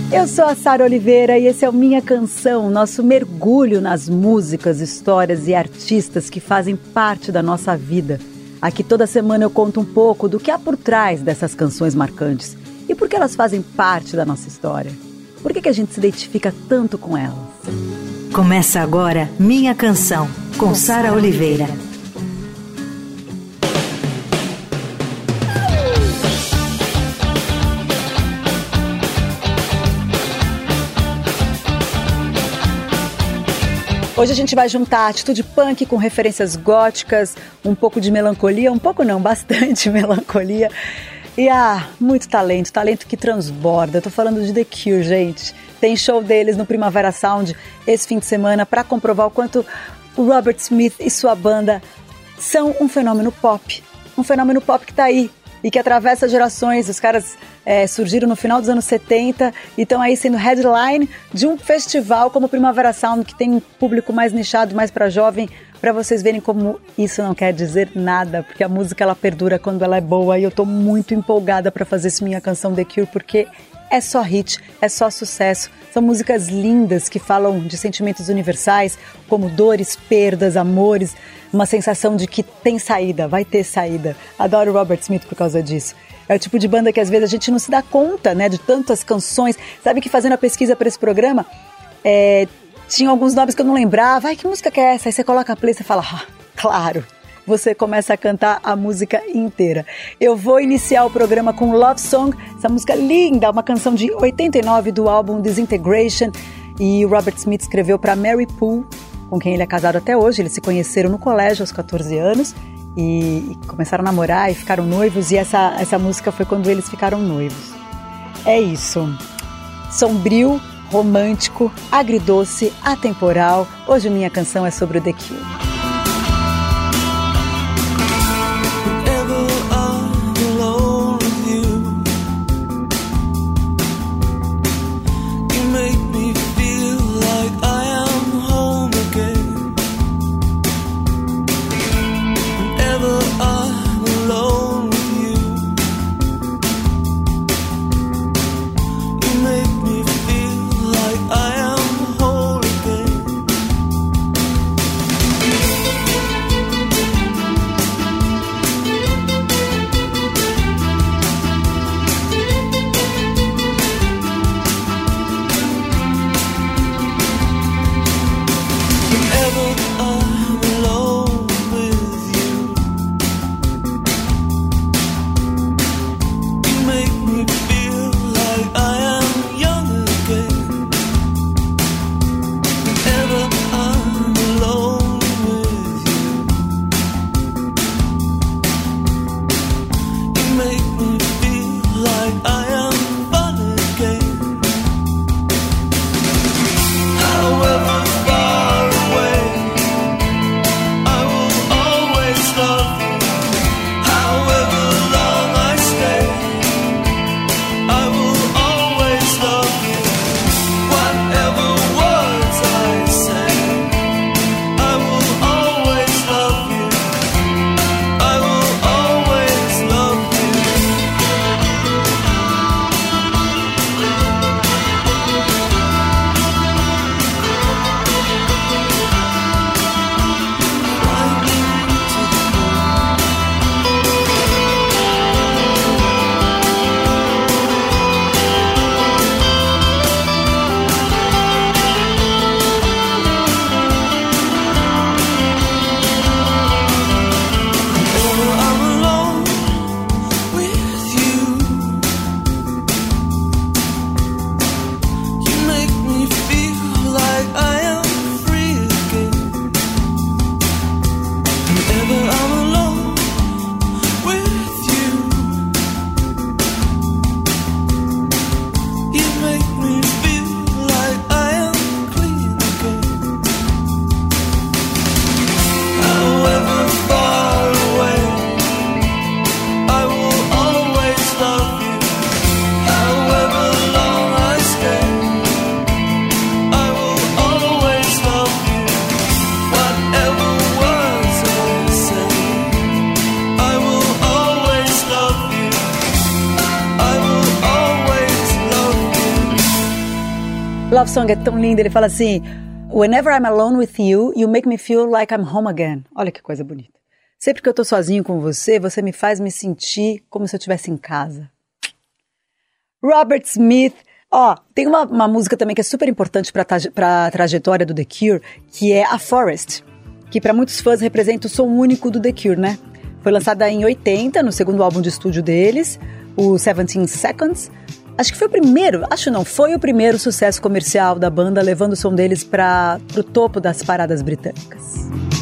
Eu sou a Sara Oliveira e esse é o Minha Canção, nosso mergulho nas músicas, histórias e artistas que fazem parte da nossa vida. Aqui toda semana eu conto um pouco do que há por trás dessas canções marcantes e por que elas fazem parte da nossa história. Por que a gente se identifica tanto com elas? Começa agora Minha Canção, com Sara Oliveira. Hoje a gente vai juntar atitude punk com referências góticas, um pouco de melancolia, um pouco não, bastante melancolia. E muito talento, talento que transborda. Eu tô falando de The Cure, gente. Tem show deles no Primavera Sound esse fim de semana para comprovar o quanto o Robert Smith e sua banda são um fenômeno pop. Um fenômeno pop que tá aí e que atravessa gerações. Os caras surgiram no final dos anos 70 e estão aí sendo headline de um festival como o Primavera Sound, que tem um público mais nichado, mais para jovem, para vocês verem como isso não quer dizer nada, porque a música ela perdura quando ela é boa e eu tô muito empolgada para fazer essa Minha Canção The Cure, porque é só hit, é só sucesso. São músicas lindas que falam de sentimentos universais, como dores, perdas, amores, uma sensação de que tem saída, vai ter saída. Adoro Robert Smith por causa disso. É o tipo de banda que às vezes a gente não se dá conta, né, de tantas canções. Sabe que fazendo a pesquisa para esse programa, tinha alguns nomes que eu não lembrava. Ai, que música que é essa? Aí você coloca a play e você fala, claro. Você começa a cantar a música inteira. Eu vou iniciar o programa com Love Song, essa música linda, uma canção de 89 do álbum Disintegration. E o Robert Smith escreveu para Mary Poole, com quem ele é casado até hoje. Eles se conheceram no colégio aos 14 anos e começaram a namorar e ficaram noivos. E essa música foi quando eles ficaram noivos. É isso. Sombrio, romântico, agridoce, atemporal. Hoje Minha Canção é sobre o The Cure. I am whole again. Love Song é tão lindo, ele fala assim: Whenever I'm alone with you, you make me feel like I'm home again. Olha que coisa bonita. Sempre que eu tô sozinho com você, você me faz me sentir como se eu estivesse em casa. Robert Smith. Tem uma música também que é super importante para a trajetória do The Cure, que é A Forest, que para muitos fãs representa o som único do The Cure, né? Foi lançada em 80, no segundo álbum de estúdio deles, o 17 Seconds. Acho que foi o primeiro sucesso comercial da banda, levando o som deles para o topo das paradas britânicas.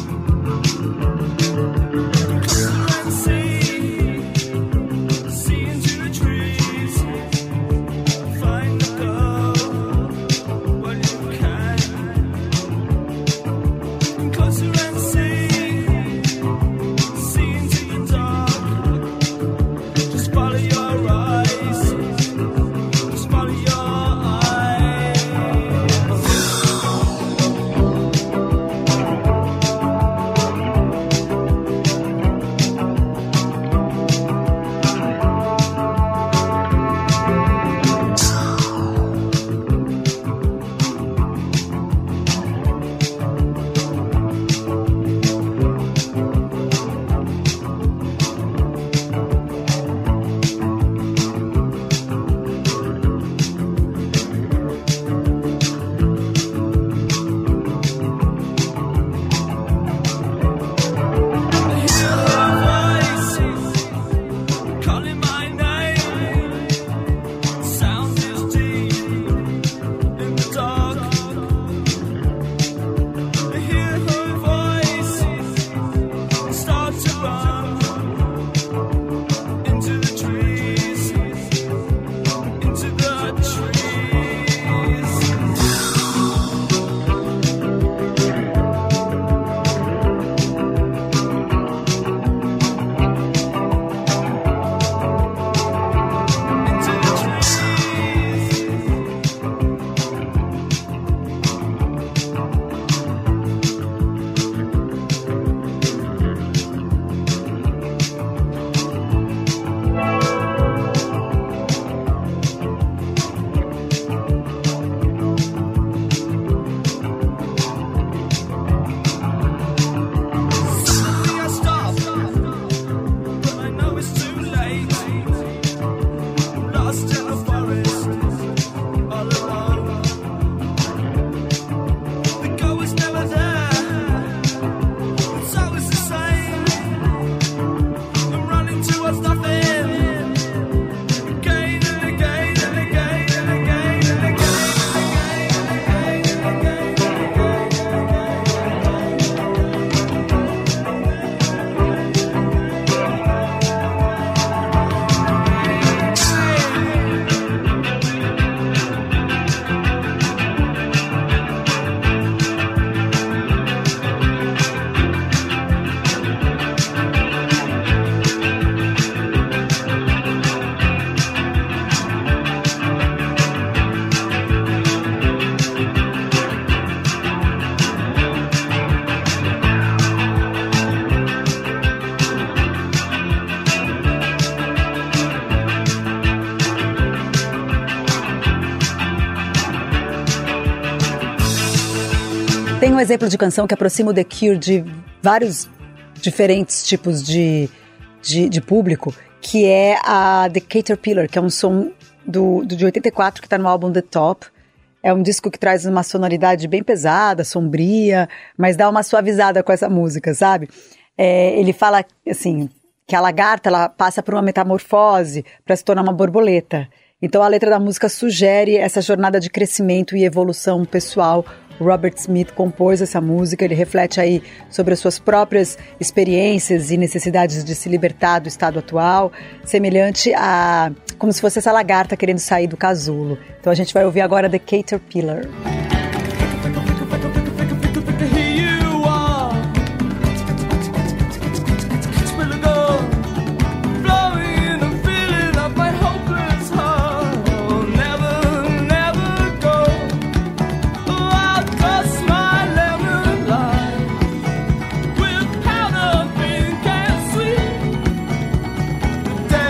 Tem um exemplo de canção que aproxima o The Cure de vários diferentes tipos de público, que é a The Caterpillar, que é um som de 84 que está no álbum The Top. É um disco que traz uma sonoridade bem pesada, sombria, mas dá uma suavizada com essa música, sabe? Ele fala assim, que a lagarta ela passa por uma metamorfose para se tornar uma borboleta. Então a letra da música sugere essa jornada de crescimento e evolução pessoal. O Robert Smith compôs essa música, ele reflete aí sobre as suas próprias experiências e necessidades de se libertar do estado atual, semelhante a como se fosse essa lagarta querendo sair do casulo. Então a gente vai ouvir agora The Caterpillar.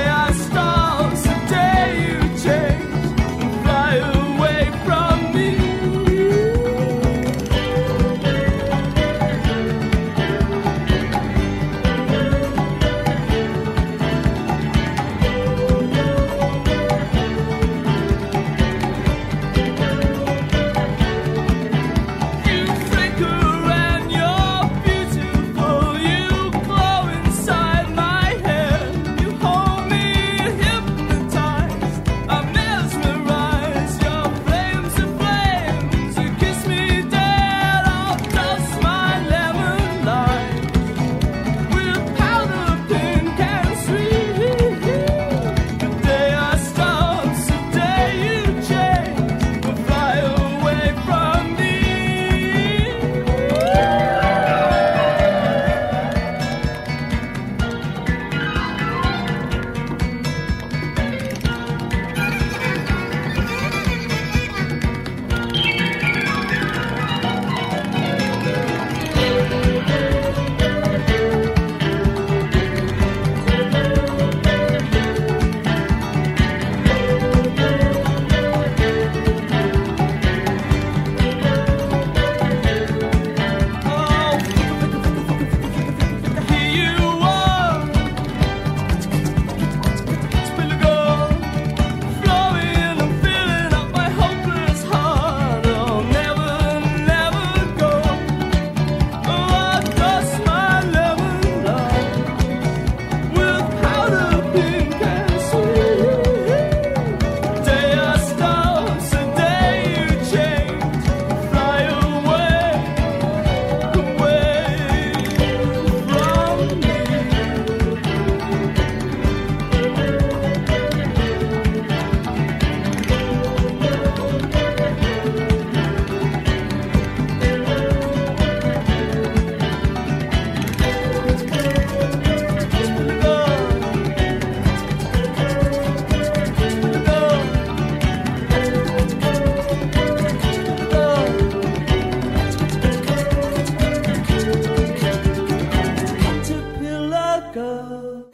Fly away from me.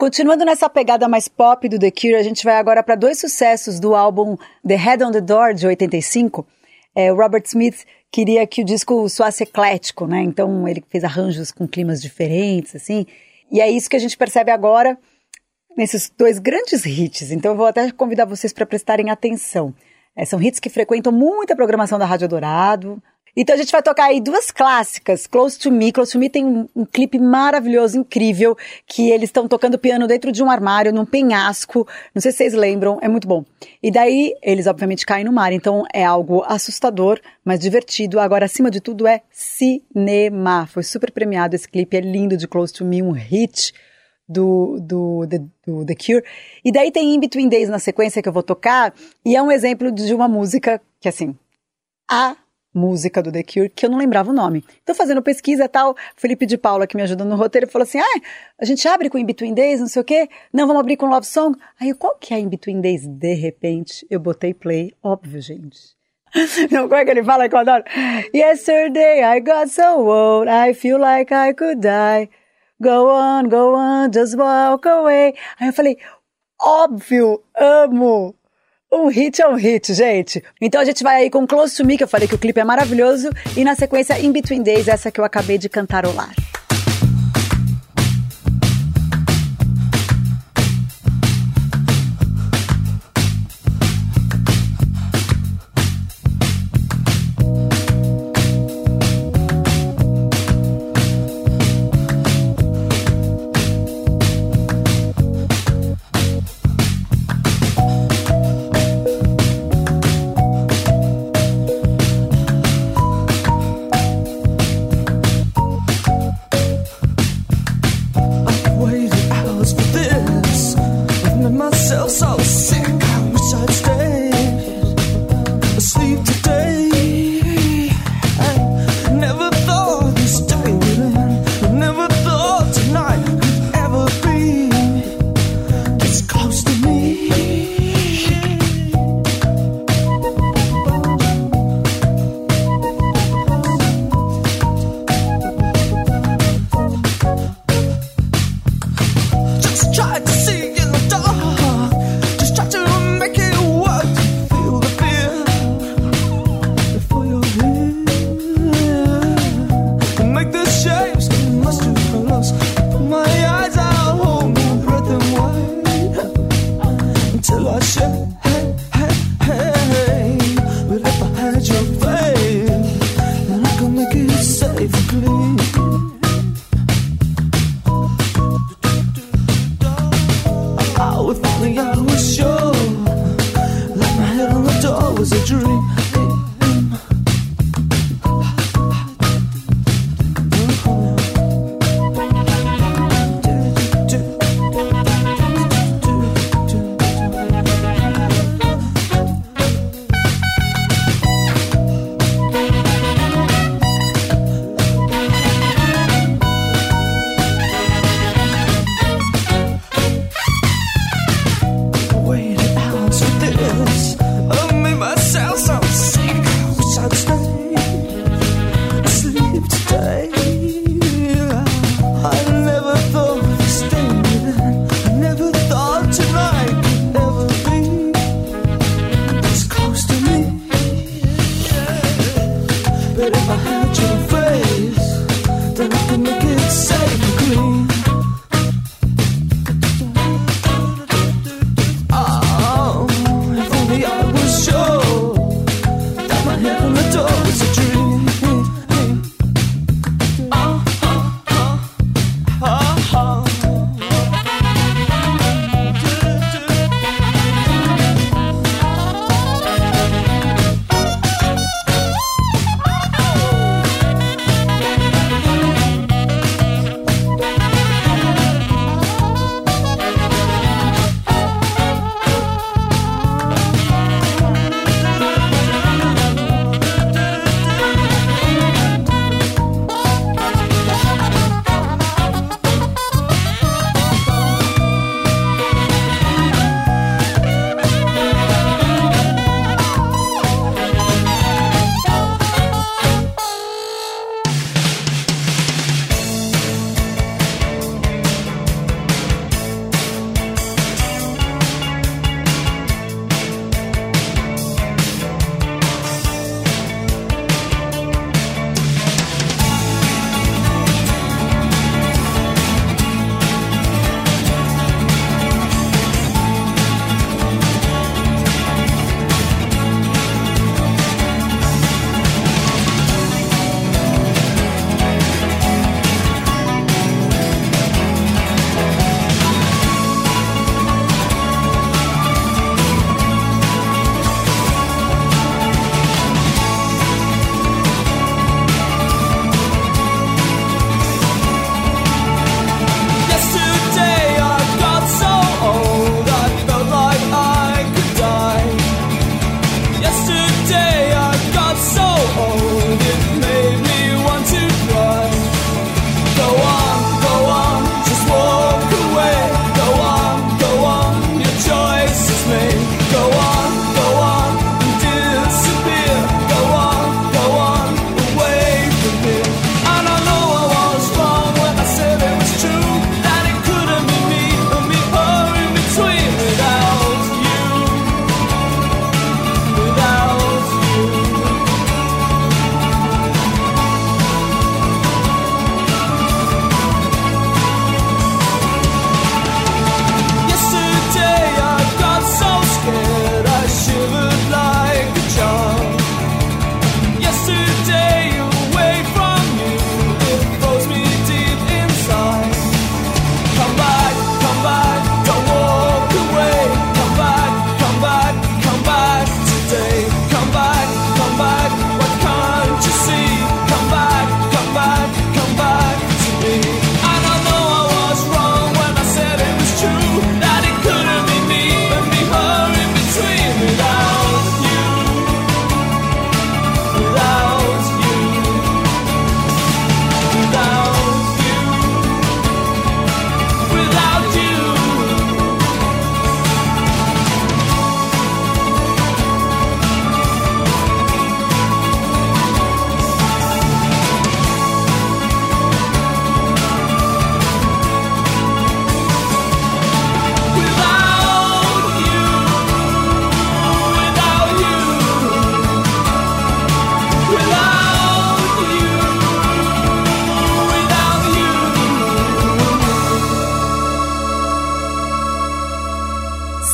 Continuando nessa pegada mais pop do The Cure, a gente vai agora para 2 sucessos do álbum The Head on the Door, de 85. O Robert Smith queria que o disco soasse eclético, né? Então ele fez arranjos com climas diferentes, assim. E é isso que a gente percebe agora nesses 2 grandes hits. Então eu vou até convidar vocês para prestarem atenção. São hits que frequentam muita programação da Rádio Eldorado. Então a gente vai tocar aí 2 clássicas. Close to Me. Close to Me tem um clipe maravilhoso, incrível, que eles estão tocando piano dentro de um armário, num penhasco. Não sei se vocês lembram, é muito bom. E daí eles obviamente caem no mar, então é algo assustador, mas divertido. Agora, acima de tudo, é cinema. Foi super premiado esse clipe, é lindo, de Close to Me, um hit do The Cure. E daí tem In Between Days na sequência que eu vou tocar, e é um exemplo de uma música que, assim, a música do The Cure, que eu não lembrava o nome. Então, fazendo pesquisa e tal, Felipe de Paula, que me ajudou no roteiro, falou assim, a gente abre com In Between Days, não sei o quê? Não, vamos abrir com Love Song? Aí, qual que é In Between Days? De repente, eu botei play, óbvio, gente. Não, como é que ele fala que eu adoro? Yesterday I got so old, I feel like I could die. Go on, just walk away. Aí eu falei, óbvio, amo. Um hit é um hit, gente. Então a gente vai aí com Close to Me, que eu falei que o clipe é maravilhoso, e na sequência In Between Days, essa que eu acabei de cantarolar.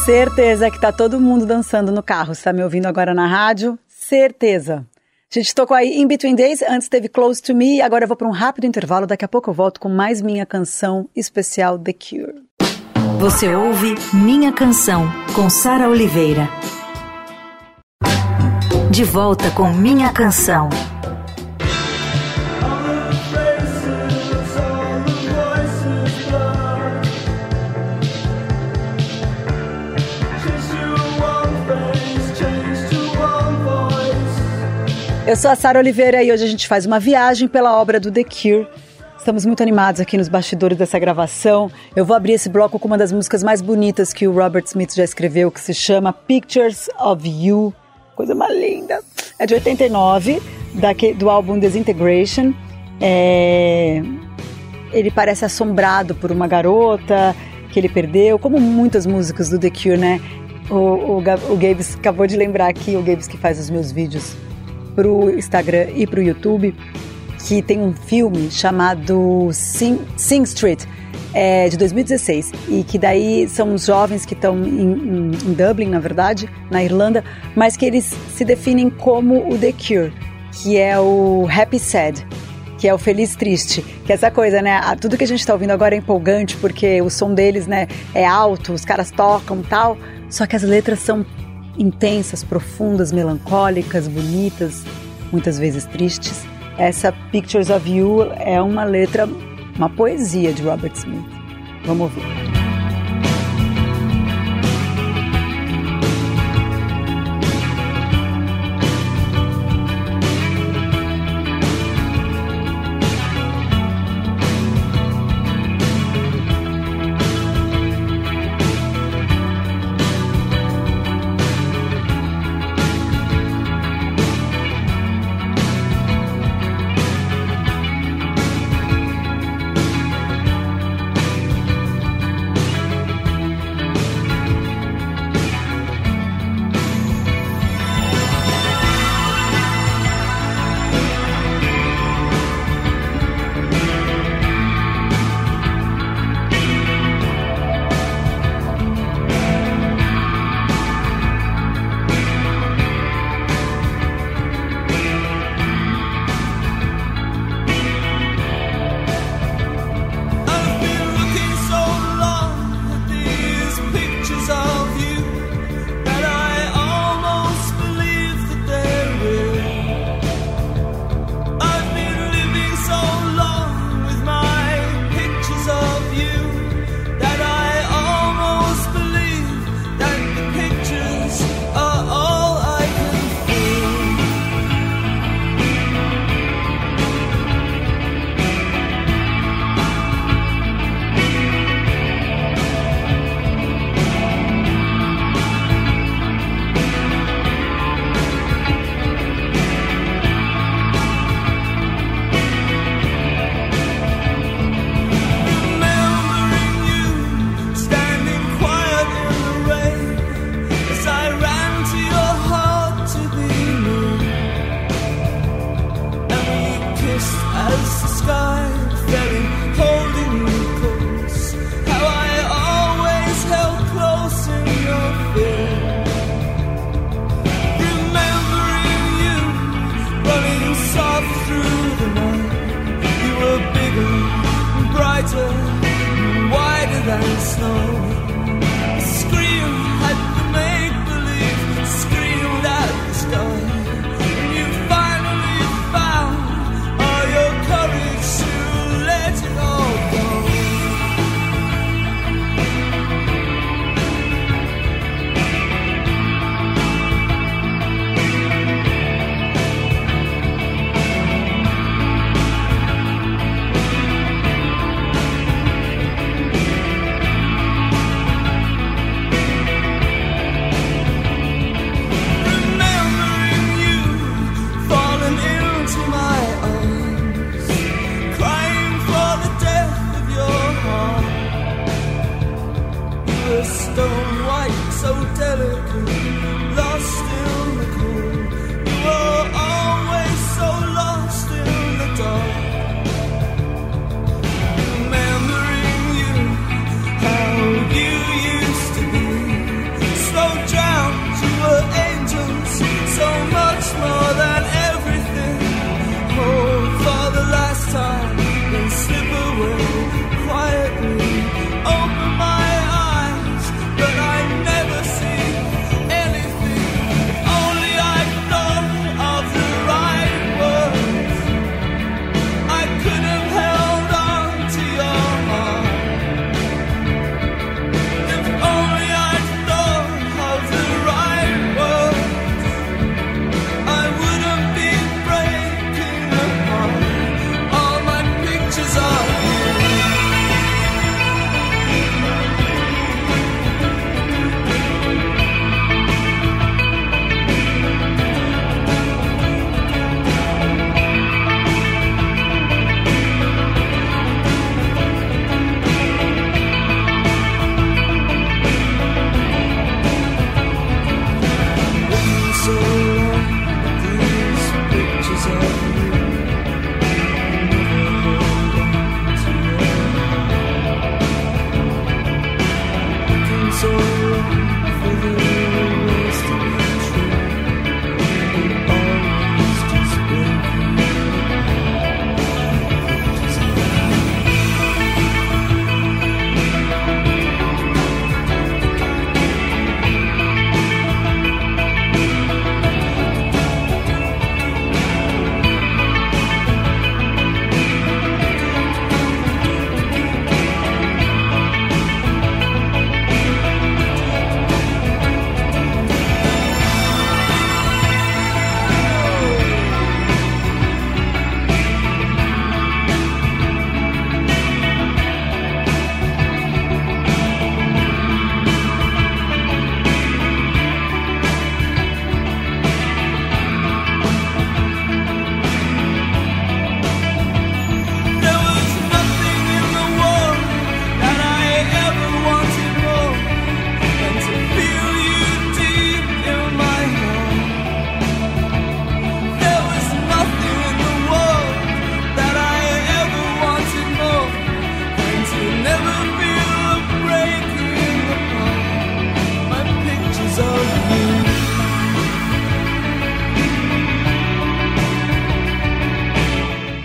Certeza que tá todo mundo dançando no carro. Você tá me ouvindo agora na rádio? Certeza. A gente tocou aí In Between Days, antes teve Close to Me, agora eu vou para um rápido intervalo, daqui a pouco eu volto com mais Minha Canção especial The Cure. Você ouve Minha Canção, com Sara Oliveira. De volta com Minha Canção. Eu sou a Sara Oliveira e hoje a gente faz uma viagem pela obra do The Cure. Estamos muito animados aqui nos bastidores dessa gravação. Eu vou abrir esse bloco com uma das músicas mais bonitas que o Robert Smith já escreveu, que se chama Pictures of You. Coisa mais linda. É de 89, do álbum Disintegration. Ele parece assombrado por uma garota que ele perdeu, como muitas músicas do The Cure, né? O Gabes acabou de lembrar aqui, o Gabes que faz os meus vídeos pro Instagram e pro YouTube, que tem um filme chamado Sing Street, de 2016, e que daí são os jovens que estão em Dublin, na verdade, na Irlanda, mas que eles se definem como o The Cure, que é o Happy Sad, que é o feliz triste, que é essa coisa, né? Tudo que a gente tá ouvindo agora é empolgante, porque o som deles, né, é alto, os caras tocam e tal, só que as letras são intensas, profundas, melancólicas, bonitas, muitas vezes tristes. Essa Pictures of You é uma letra, uma poesia de Robert Smith. Vamos ouvir.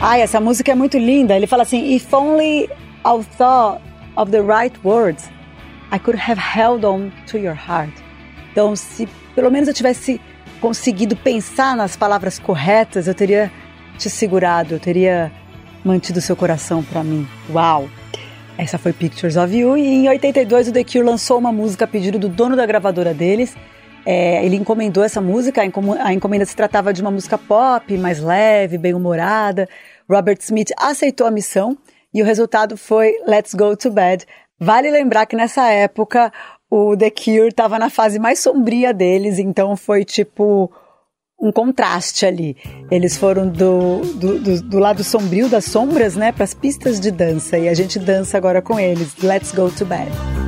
Ai, essa música é muito linda. Ele fala assim: If only I thought of the right words, I could have held on to your heart. Então, se pelo menos eu tivesse conseguido pensar nas palavras corretas, eu teria te segurado, eu teria mantido seu coração para mim. Uau! Essa foi Pictures of You. E em 82 o The Cure lançou uma música a pedido do dono da gravadora deles. Ele encomendou essa música. A encomenda se tratava de uma música pop, mais leve, bem-humorada. Robert Smith aceitou a missão e o resultado foi Let's Go to Bed. Vale lembrar que nessa época o The Cure estava na fase mais sombria deles, então foi tipo um contraste ali. Eles foram do lado sombrio das sombras, né, para as pistas de dança, e a gente dança agora com eles. Let's Go to Bed.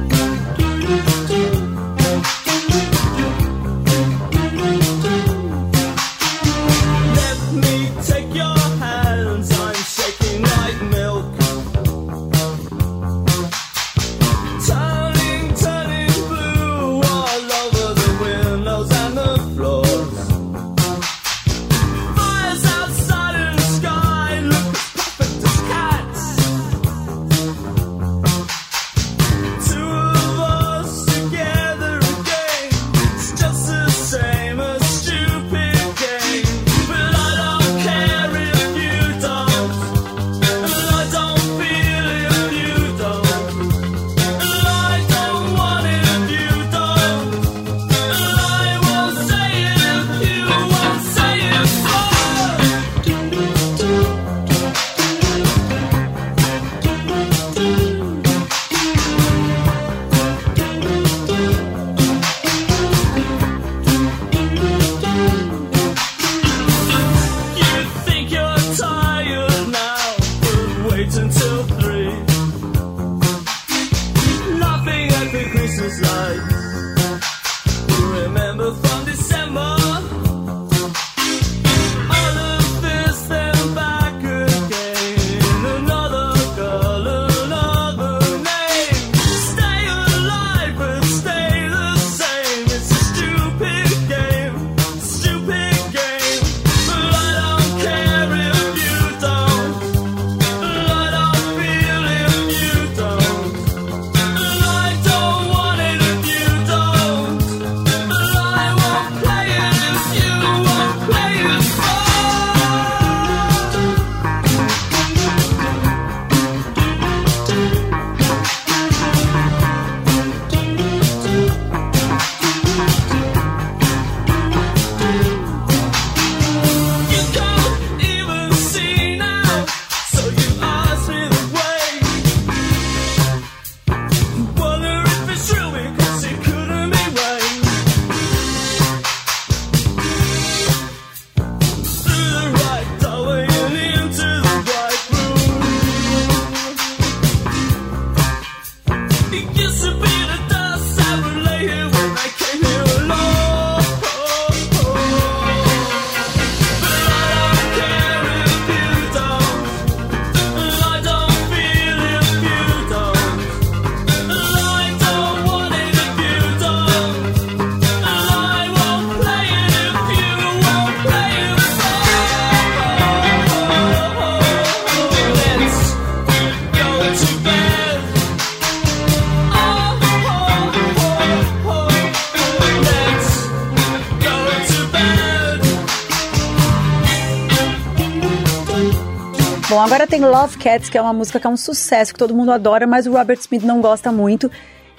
Bom, agora tem Love Cats, que é uma música que é um sucesso, que todo mundo adora, mas o Robert Smith não gosta muito.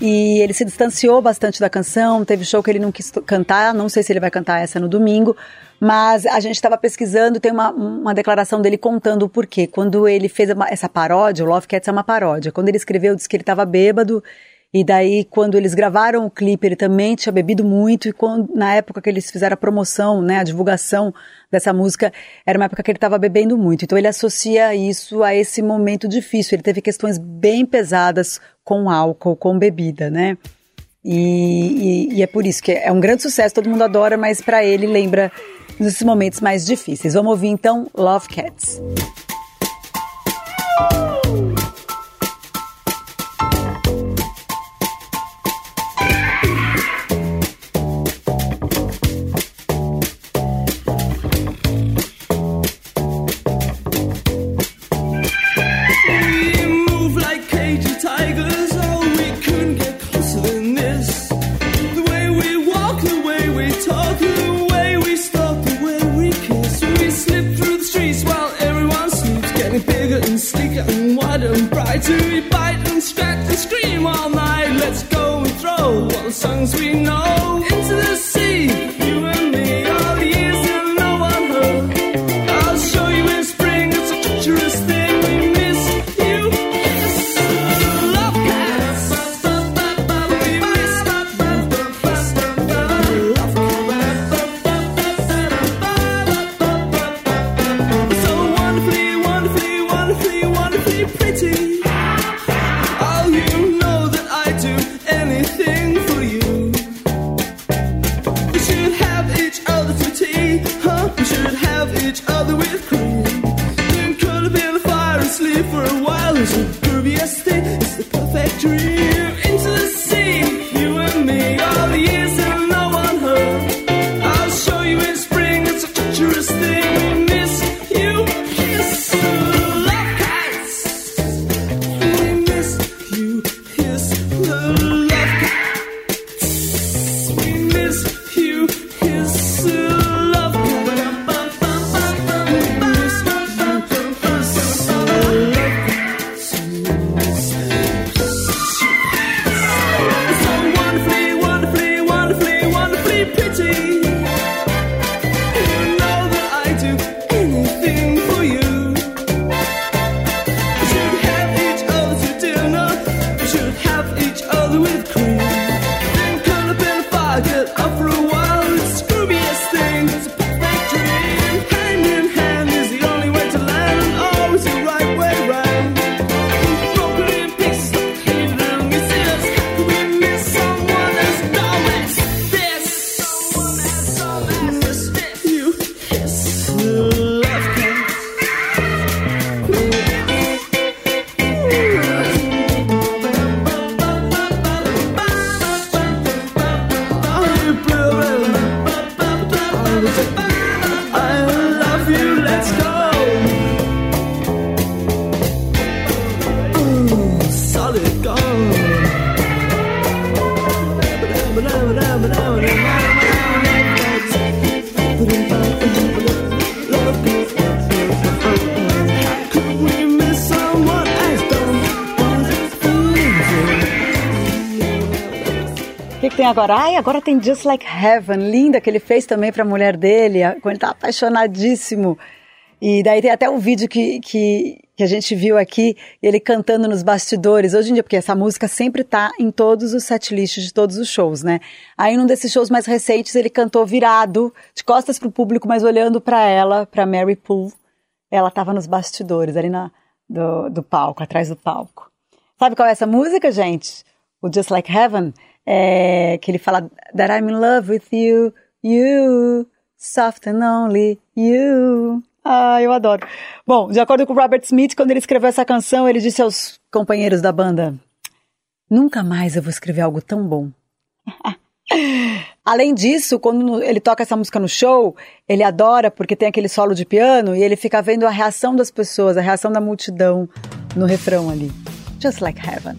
E ele se distanciou bastante da canção, teve show que ele não quis cantar, não sei se ele vai cantar essa no domingo, mas a gente estava pesquisando, tem uma declaração dele contando o porquê. Quando ele fez essa paródia, o Love Cats é uma paródia, quando ele escreveu, disse que ele estava bêbado, e daí quando eles gravaram o clipe ele também tinha bebido muito, e na época que eles fizeram a promoção, né, a divulgação dessa música, era uma época que ele estava bebendo muito, então ele associa isso a esse momento difícil, ele teve questões bem pesadas com álcool, com bebida, né, e é por isso que é um grande sucesso, todo mundo adora, mas para ele lembra desses momentos mais difíceis. Vamos ouvir então Love Cats. sleek and wide and bright. We bite and scratch and scream all night. Let's go and throw all the songs we know into the sea. You and me, all the years that no one heard. I'll show you in spring, it's a treacherous thing. We miss you, yes, love cats. We miss love cats. So wonderfully, wonderfully, wonderfully, wonderfully pretty. Oh, you know that I do anything for you. We should have each other to tea, huh? We should have each other with cream. Then curl up in the fire and sleep for a while. It's the grooviest thing, it's the perfect dream. Into the sea, you and me, all the years that no one heard. I'll show you in spring, it's a treacherous thing. We miss you, kiss, love cats. We miss you, kiss, the love cats. We miss you, kiss, love cats. We miss you, kiss, so wonderfully, wonderfully, wonderfully, wonderfully pretty. You know that I do anything for you. We should have each other to dinner. We should have each other with cream. Then curl up in the fire, get up for a while. It's the scoobiest thing, it's a perfect dream. Hand in hand is the only way to land, and always the right way round. Broken in pieces, hated and we see us. We miss someone as dumb as this. Miss you, kiss, love cats. I love you, let's go. Ooh, solid gold. Could we miss someone as dumb O que tem agora? Ai, agora tem Just Like Heaven, linda, que ele fez também pra mulher dele, quando ele tá apaixonadíssimo. E daí tem até um vídeo que a gente viu aqui, ele cantando nos bastidores, hoje em dia, porque essa música sempre tá em todos os setlists de todos os shows, né? Aí num desses shows mais recentes, ele cantou virado, de costas pro público, mas olhando pra ela, pra Mary Poole. Ela tava nos bastidores, ali do palco, atrás do palco. Sabe qual é essa música, gente? O Just Like Heaven? Que ele fala that I'm in love with you, you, soft and only you. Ah, eu adoro. Bom, de acordo com o Robert Smith, quando ele escreveu essa canção, ele disse aos companheiros da banda: nunca mais eu vou escrever algo tão bom. Além disso, quando ele toca essa música no show, ele adora porque tem aquele solo de piano e ele fica vendo a reação das pessoas, a reação da multidão no refrão ali. Just Like Heaven.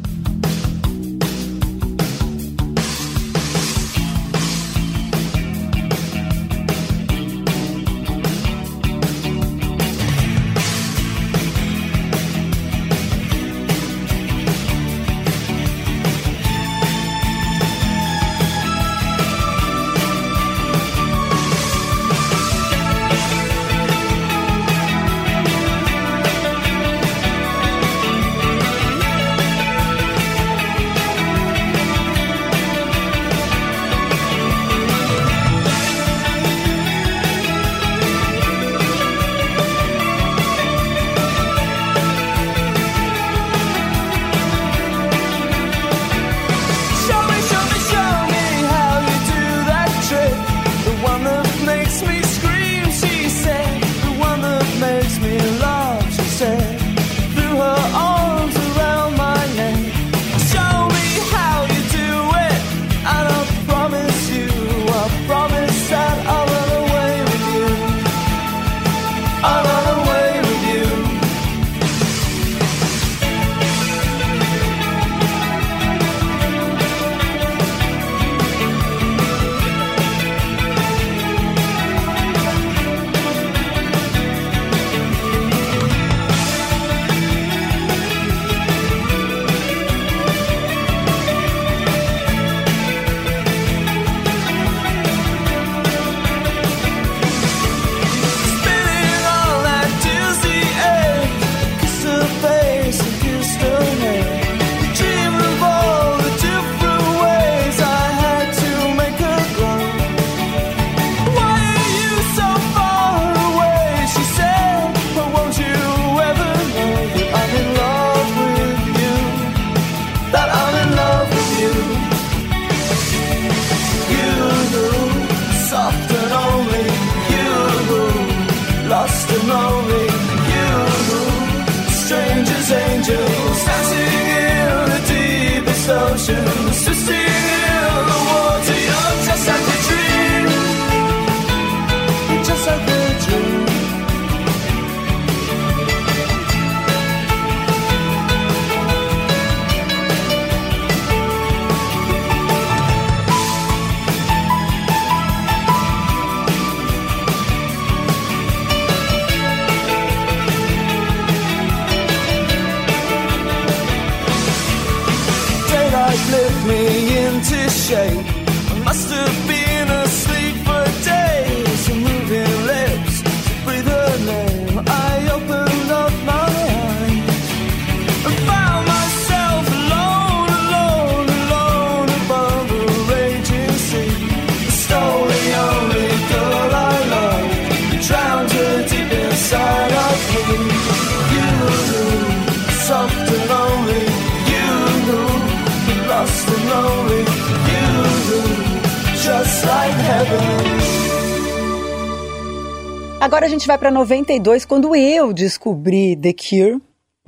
and lonely. You, strangers, angels, dancing in the deepest oceans, twisting in the water. You're just like a dream, just like a dream. Lift me into shape. I must have been asleep for days. Moving lips, breathe her name. I opened up my eyes and found myself alone, alone, alone above the raging sea. Stole the only girl I loved, drowned her deep inside of me. You, soft and lonely. You, lost and lonely, you, just like heaven. Agora a gente vai para 92, quando eu descobri The Cure,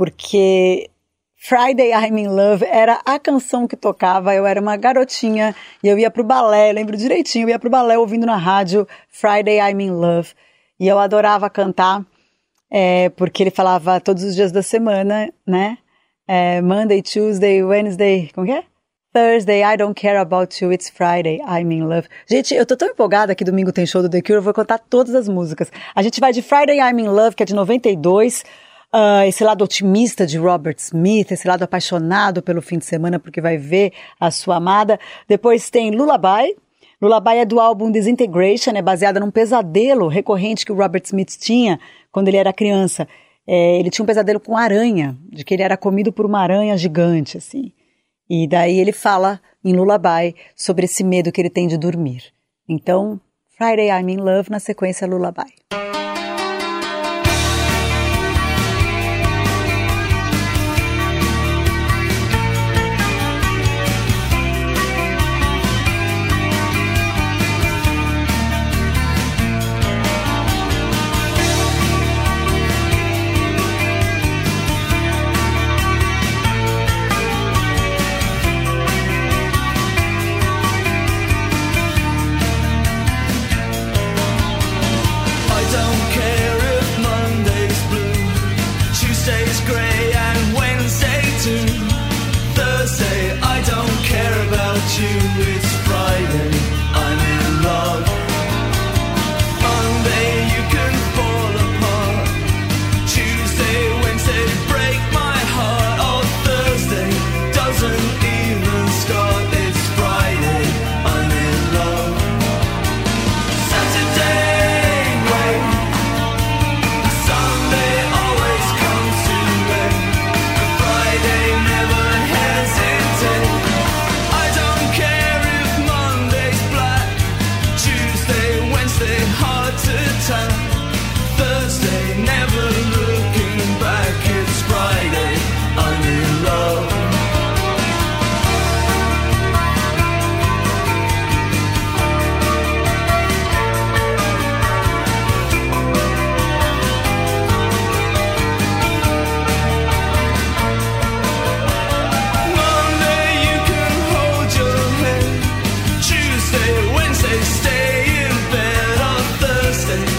porque Friday I'm in Love era a canção que tocava. Eu era uma garotinha e eu ia pro balé, lembro direitinho, eu ia pro balé ouvindo na rádio Friday I'm in Love, e eu adorava cantar, porque ele falava todos os dias da semana, né? Monday, Tuesday, Wednesday, como que é? Thursday, I don't care about you, it's Friday, I'm in love. Gente, eu tô tão empolgada que domingo tem show do The Cure, eu vou contar todas as músicas. A gente vai de Friday, I'm in Love, que é de 92, esse lado otimista de Robert Smith, esse lado apaixonado pelo fim de semana porque vai ver a sua amada. Depois tem Lullaby. Lullaby é do álbum Disintegration, é baseada num pesadelo recorrente que o Robert Smith tinha quando ele era criança. Ele tinha um pesadelo com aranha, de que ele era comido por uma aranha gigante, assim. E daí ele fala em Lullaby sobre esse medo que ele tem de dormir. Então, Friday I'm in Love, na sequência Lullaby. Wednesday, stay in bed on Thursday.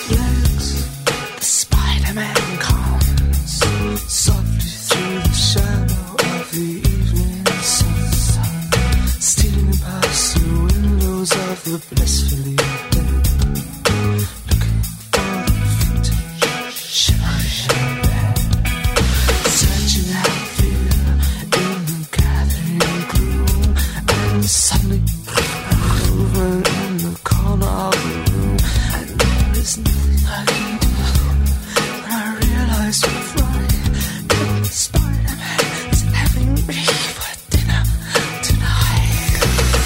legs, the Spider-Man comes softly through the shadow of the evening sun, stealing past the windows of the blissfully dead, looking for the vintage shimmering bed, searching out fear in the gathering gloom, and suddenly over in the corner of the room, and there is nothing I can do. When I realize we're flying, Spider-Man is having me for dinner tonight.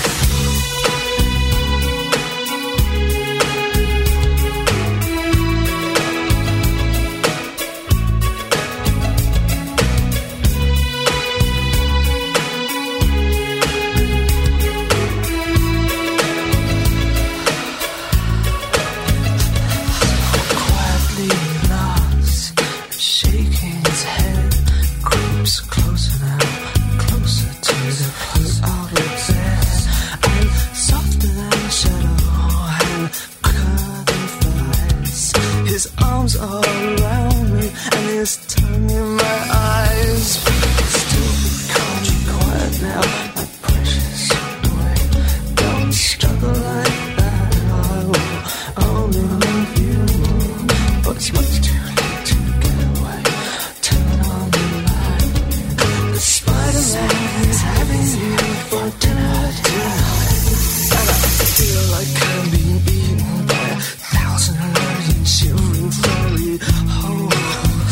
Quietly nods, shaking his head, creeps closer now, closer to the foot of the bed, and softer than shadow and quicker than flies. His arms are around me and his tongue in my eyes. Still be calm and quiet now, my precious boy. Don't struggle like that, I will only love you. But it's much too late to get away. Turn on the light. The Spider-Man is having you for dinner tonight. And I feel like I'm being eaten by 1,000 alerting, shivering, furry holes.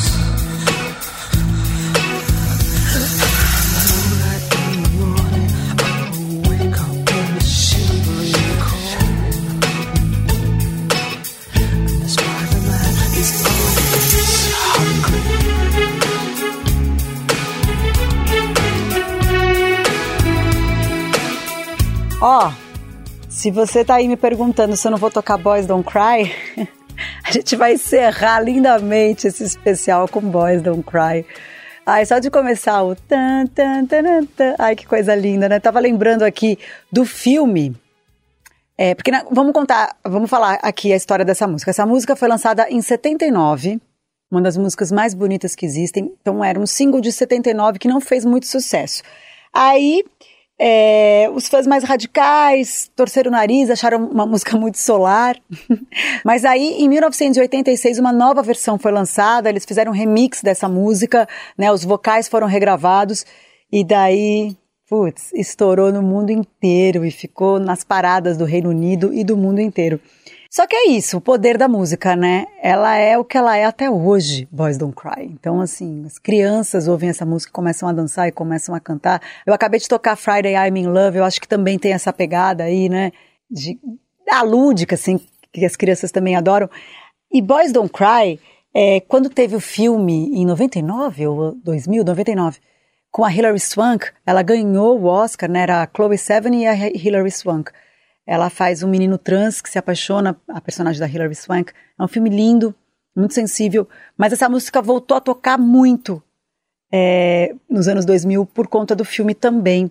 I know that in the morning I will wake up in the shivering cold. And the Spider-Man is always hungry. Ó, se você tá aí me perguntando se eu não vou tocar Boys Don't Cry, a gente vai encerrar lindamente esse especial com Boys Don't Cry. Ai, só de começar o tan, tan, tan, tan. Ai, que coisa linda, né? Tava lembrando aqui do filme. Porque vamos falar aqui a história dessa música. Essa música foi lançada em 79, uma das músicas mais bonitas que existem. Então era um single de 79 que não fez muito sucesso. Aí os fãs mais radicais torceram o nariz, acharam uma música muito solar. Mas aí, em 1986, uma nova versão foi lançada, eles fizeram um remix dessa música, né? Os vocais foram regravados e daí, estourou no mundo inteiro e ficou nas paradas do Reino Unido e do mundo inteiro. Só que é isso, o poder da música, né? Ela é o que ela é até hoje, Boys Don't Cry. Então, assim, as crianças ouvem essa música, começam a dançar e começam a cantar. Eu acabei de tocar Friday I'm in Love, eu acho que também tem essa pegada aí, né? Da lúdica, assim, que as crianças também adoram. E Boys Don't Cry, quando teve o filme em 99 ou 2000, 99, com a Hilary Swank, ela ganhou o Oscar, né? Era a Chloe Sevigny e a Hilary Swank. Ela faz um menino trans que se apaixona, a personagem da Hilary Swank. É um filme lindo, muito sensível, mas essa música voltou a tocar muito nos anos 2000 por conta do filme também.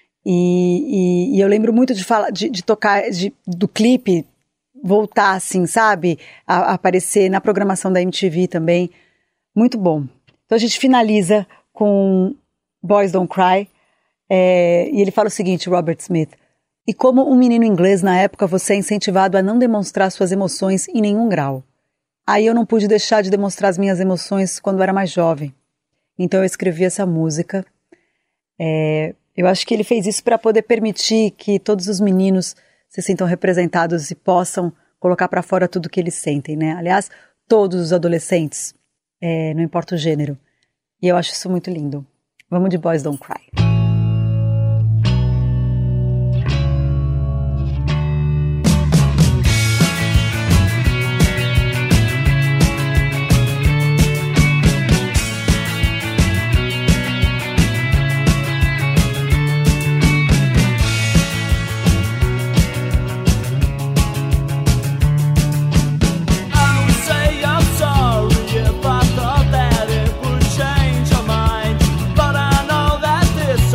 E eu lembro muito de tocar, do clipe voltar assim, sabe? A aparecer na programação da MTV também. Muito bom. Então a gente finaliza com Boys Don't Cry. E ele fala o seguinte, Robert Smith: e como um menino inglês na época, você é incentivado a não demonstrar suas emoções em nenhum grau. Aí eu não pude deixar de demonstrar as minhas emoções quando era mais jovem. Então eu escrevi essa música. Eu acho que ele fez isso para poder permitir que todos os meninos se sintam representados e possam colocar para fora tudo que eles sentem, né? Aliás, todos os adolescentes, não importa o gênero. E eu acho isso muito lindo. Vamos de Boys Don't Cry. This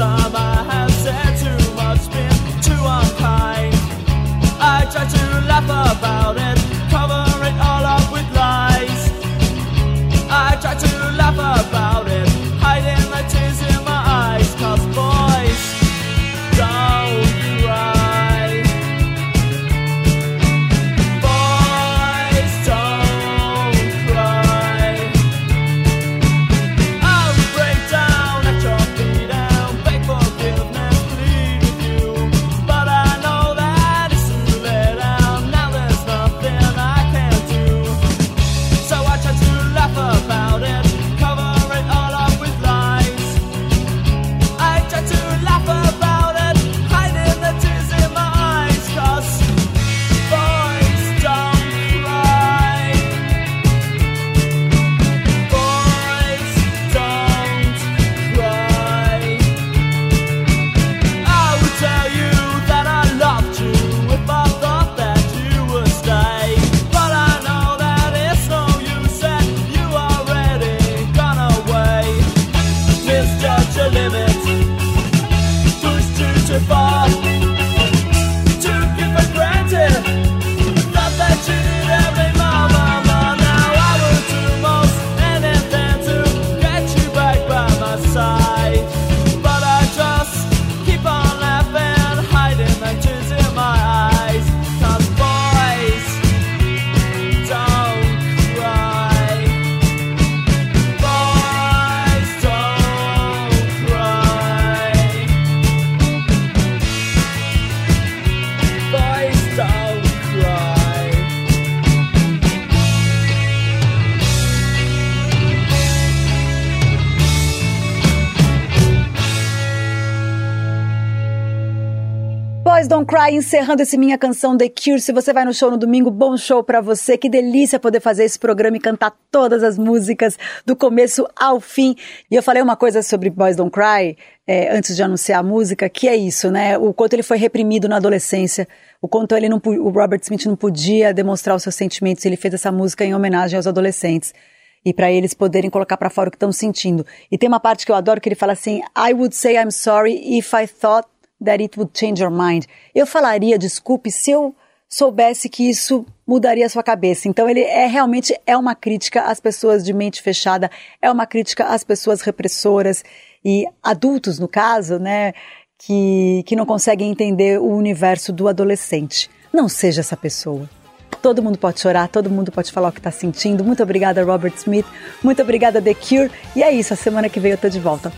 Boys Don't Cry, encerrando esse Minha Canção The Cure. Se você vai no show no domingo, bom show pra você. Que delícia poder fazer esse programa e cantar todas as músicas do começo ao fim. E eu falei uma coisa sobre Boys Don't Cry antes de anunciar a música, que é isso, né? O quanto ele foi reprimido na adolescência, o quanto o Robert Smith não podia demonstrar os seus sentimentos. Ele fez essa música em homenagem aos adolescentes. E para eles poderem colocar para fora o que estão sentindo. E tem uma parte que eu adoro que ele fala assim: I would say I'm sorry if I thought that it would change your mind. Eu falaria desculpe se eu soubesse que isso mudaria a sua cabeça. Então ele realmente é uma crítica às pessoas de mente fechada, é uma crítica às pessoas repressoras e adultos, no caso, né, que não conseguem entender o universo do adolescente. Não seja essa pessoa. Todo mundo pode chorar, todo mundo pode falar o que está sentindo. Muito obrigada, Robert Smith. Muito obrigada, The Cure. E é isso, a semana que vem eu tô de volta.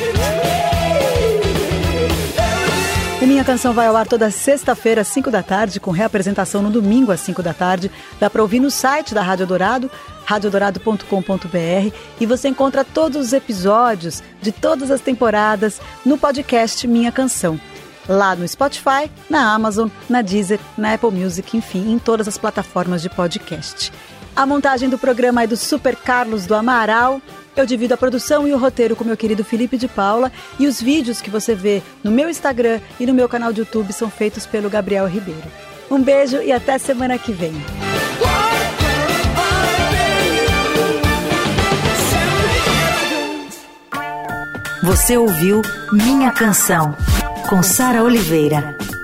E Minha Canção vai ao ar toda sexta-feira, às 5 da tarde, com reapresentação no domingo, às 5 da tarde. Dá para ouvir no site da Rádio Eldorado, radioeldorado.com.br. E você encontra todos os episódios de todas as temporadas no podcast Minha Canção. Lá no Spotify, na Amazon, na Deezer, na Apple Music, enfim, em todas as plataformas de podcast. A montagem do programa é do Super Carlos do Amaral. Eu divido a produção e o roteiro com meu querido Felipe de Paula. E os vídeos que você vê no meu Instagram e no meu canal de YouTube são feitos pelo Gabriel Ribeiro. Um beijo e até semana que vem. Você ouviu Minha Canção, com Sara Oliveira.